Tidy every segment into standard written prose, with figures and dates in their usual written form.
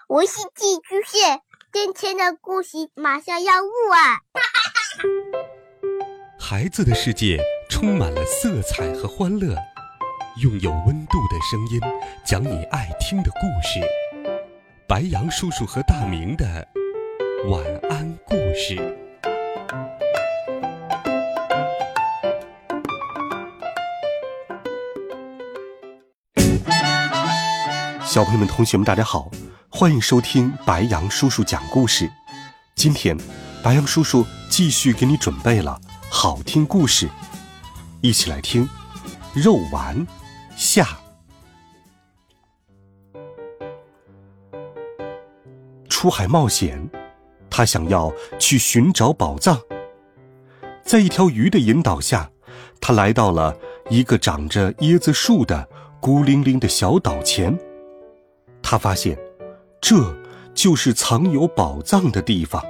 我是寄居蟹，今天的故事马上要录啊！ 孩子的世界充满了色彩和欢乐，用有温度的声音讲你爱听的故事。白羊叔叔和大明的晚安故事。 小朋友们同学们大家好，欢迎收听白羊叔叔讲故事。今天白羊叔叔继续给你准备了好听故事，一起来听肉丸下。出海冒险，他想要去寻找宝藏。在一条鱼的引导下，他来到了一个长着椰子树的孤零零的小岛前。他发现这就是藏有宝藏的地方。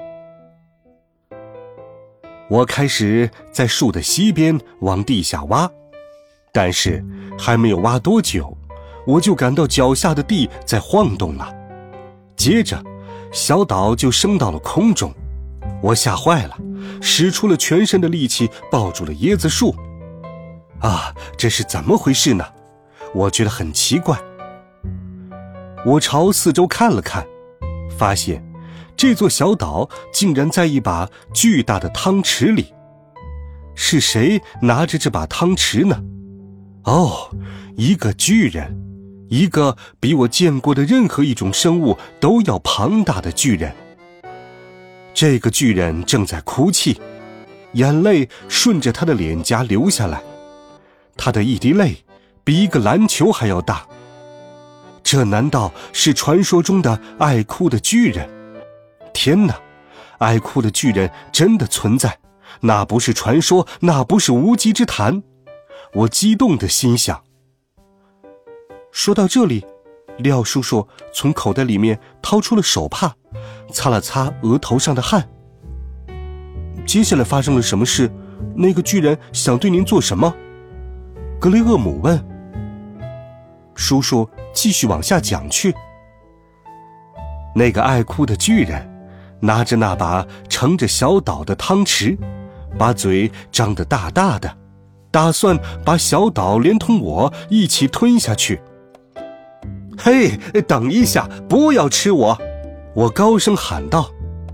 我开始在树的西边往地下挖，但是还没有挖多久，我就感到脚下的地在晃动了。接着小岛就升到了空中，我吓坏了，使出了全身的力气抱住了椰子树。这是怎么回事呢？我觉得很奇怪。我朝四周看了看，发现这座小岛竟然在一把巨大的汤匙里。是谁拿着这把汤匙呢？一个巨人，一个比我见过的任何一种生物都要庞大的巨人。这个巨人正在哭泣，眼泪顺着他的脸颊流下来，他的一滴泪比一个篮球还要大。这难道是传说中的爱哭的巨人？天哪，爱哭的巨人真的存在，那不是传说，那不是无稽之谈。我激动地心想。说到这里，利奥叔叔从口袋里面掏出了手帕，擦了擦额头上的汗。接下来发生了什么事？那个巨人想对您做什么？格雷厄姆问。叔叔继续往下讲去。那个爱哭的巨人拿着那把盛着小岛的汤匙，把嘴张得大大的，打算把小岛连同我一起吞下去。嘿，等一下，不要吃我！我高声喊道。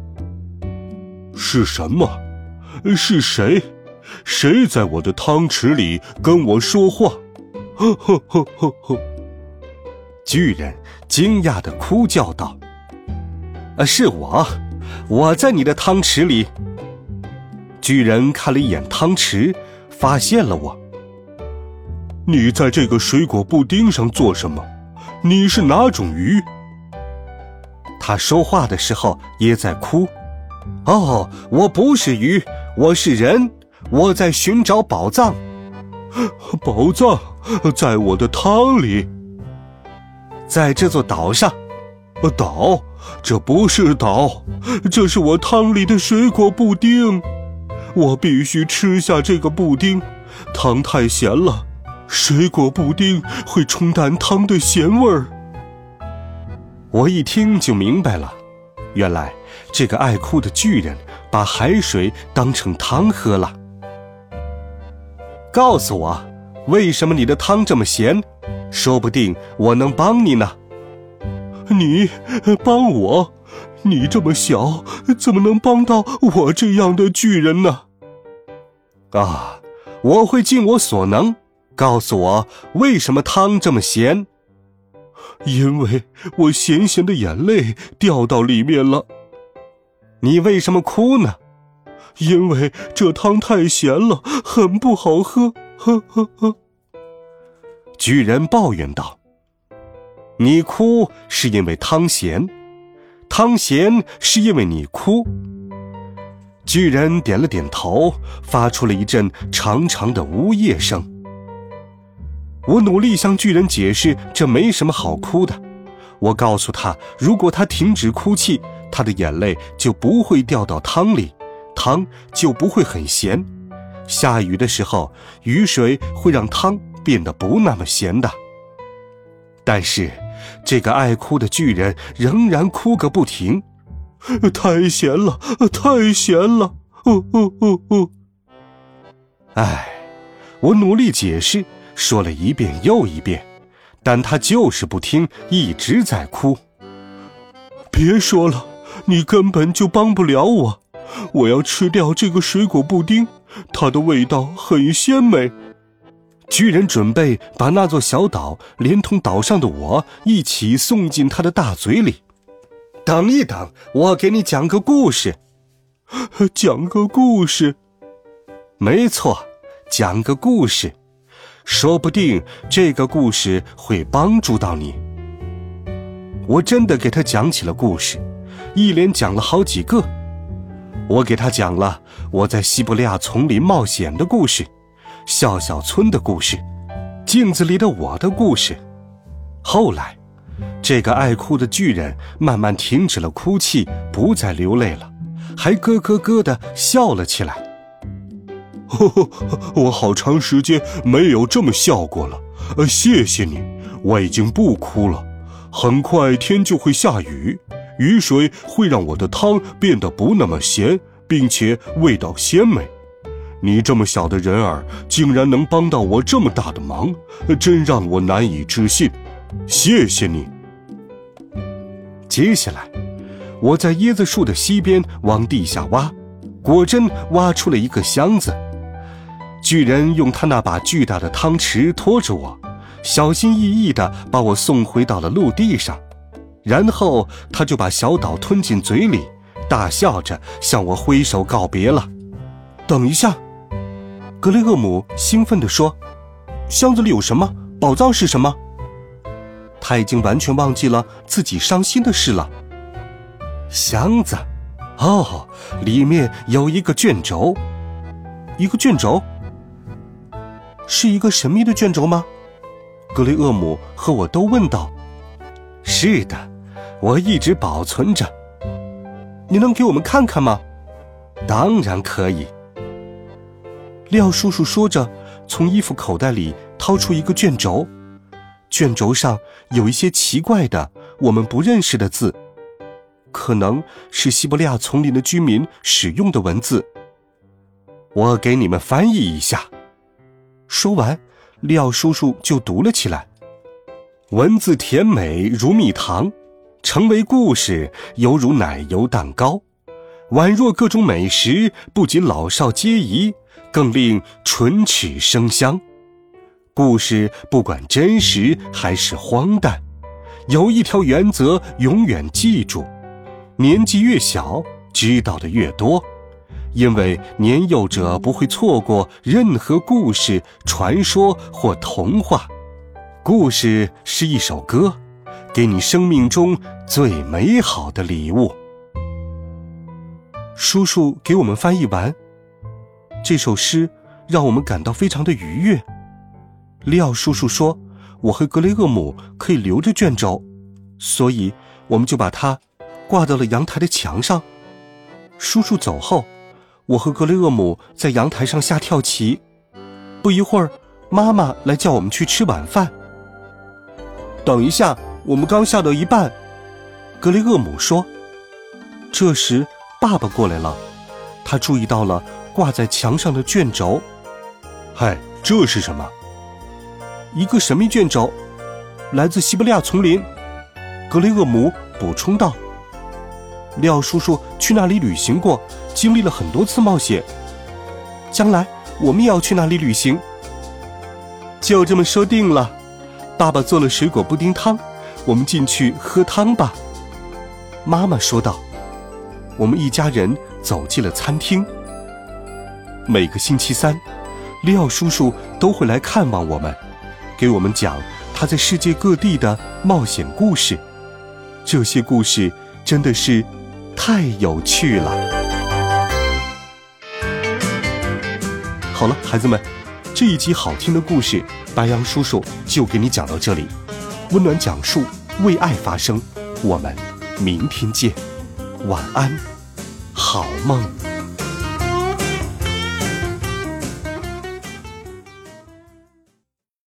是什么？是谁？谁在我的汤匙里跟我说话？呵呵呵呵呵！巨人惊讶地哭叫道：是我在你的汤匙里。巨人看了一眼汤匙，发现了我。你在这个水果布丁上做什么？你是哪种鱼？他说话的时候也在哭。我不是鱼，我是人，我在寻找宝藏。宝藏在我的汤里。在这座岛上。岛？这不是岛，这是我汤里的水果布丁。我必须吃下这个布丁，汤太咸了，水果布丁会冲淡汤的咸味儿。我一听就明白了，原来这个爱哭的巨人把海水当成汤喝了。告诉我，为什么你的汤这么咸？说不定我能帮你呢。你帮我？你这么小，怎么能帮到我这样的巨人呢？我会尽我所能。告诉我，为什么汤这么咸？因为我咸咸的眼泪掉到里面了。你为什么哭呢？因为这汤太咸了，很不好喝。呵呵呵。巨人抱怨道：你哭是因为汤咸，汤咸是因为你哭。巨人点了点头，发出了一阵长长的呜咽声。我努力向巨人解释这没什么好哭的。我告诉他，如果他停止哭泣，他的眼泪就不会掉到汤里，汤就不会很咸。下雨的时候，雨水会让汤变得不那么咸的。但是这个爱哭的巨人仍然哭个不停。太咸了，太咸了，哎，我努力解释，说了一遍又一遍，但他就是不听，一直在哭。别说了，你根本就帮不了我，我要吃掉这个水果布丁，它的味道很鲜美。巨人准备把那座小岛连同岛上的我一起送进他的大嘴里。等一等，我给你讲个故事。讲个故事？没错，讲个故事，说不定这个故事会帮助到你。我真的给他讲起了故事，一连讲了好几个。我给他讲了我在西伯利亚丛林冒险的故事，笑笑村的故事，镜子里的我的故事。后来这个爱哭的巨人慢慢停止了哭泣，不再流泪了，还咯咯咯地笑了起来。我好长时间没有这么笑过了，谢谢你，我已经不哭了。很快天就会下雨，雨水会让我的汤变得不那么咸，并且味道鲜美。你这么小的人儿，竟然能帮到我这么大的忙，真让我难以置信。谢谢你。接下来，我在椰子树的西边往地下挖，果真挖出了一个箱子。巨人用他那把巨大的汤匙拖着我，小心翼翼地把我送回到了陆地上，然后他就把小岛吞进嘴里，大笑着向我挥手告别了。等一下，格雷厄姆兴奋地说，箱子里有什么？宝藏是什么？他已经完全忘记了自己伤心的事了。箱子，哦，里面有一个卷轴。一个卷轴？是一个神秘的卷轴吗？格雷厄姆和我都问道。是的，我一直保存着。你能给我们看看吗？当然可以。廖叔叔说着，从衣服口袋里掏出一个卷轴，卷轴上有一些奇怪的我们不认识的字，可能是西伯利亚丛林的居民使用的文字。我给你们翻译一下。说完，廖叔叔就读了起来。文字甜美如蜜糖，成为故事犹如奶油蛋糕，宛若各种美食，不仅老少皆宜，更令唇齿生香。故事不管真实还是荒诞，有一条原则永远记住：年纪越小，知道的越多，因为年幼者不会错过任何故事、传说或童话。故事是一首歌，给你生命中最美好的礼物。叔叔给我们翻译完，这首诗让我们感到非常的愉悦。廖叔叔说，我和格雷厄姆可以留着卷轴，所以我们就把它挂到了阳台的墙上。叔叔走后，我和格雷厄姆在阳台上下跳棋。不一会儿，妈妈来叫我们去吃晚饭。等一下，我们刚下到一半，格雷厄姆说。这时爸爸过来了，他注意到了挂在墙上的卷轴。嗨，这是什么？一个神秘卷轴，来自西伯利亚丛林。格雷厄姆补充道。廖叔叔去那里旅行过，经历了很多次冒险，将来我们也要去那里旅行。就这么说定了，爸爸做了水果布丁汤，我们进去喝汤吧。妈妈说道。我们一家人走进了餐厅。每个星期三，廖叔叔都会来看望我们，给我们讲他在世界各地的冒险故事。这些故事真的是太有趣了。好了，孩子们，这一集好听的故事，白杨叔叔就给你讲到这里。温暖讲述，为爱发声，我们明天见。晚安，好梦。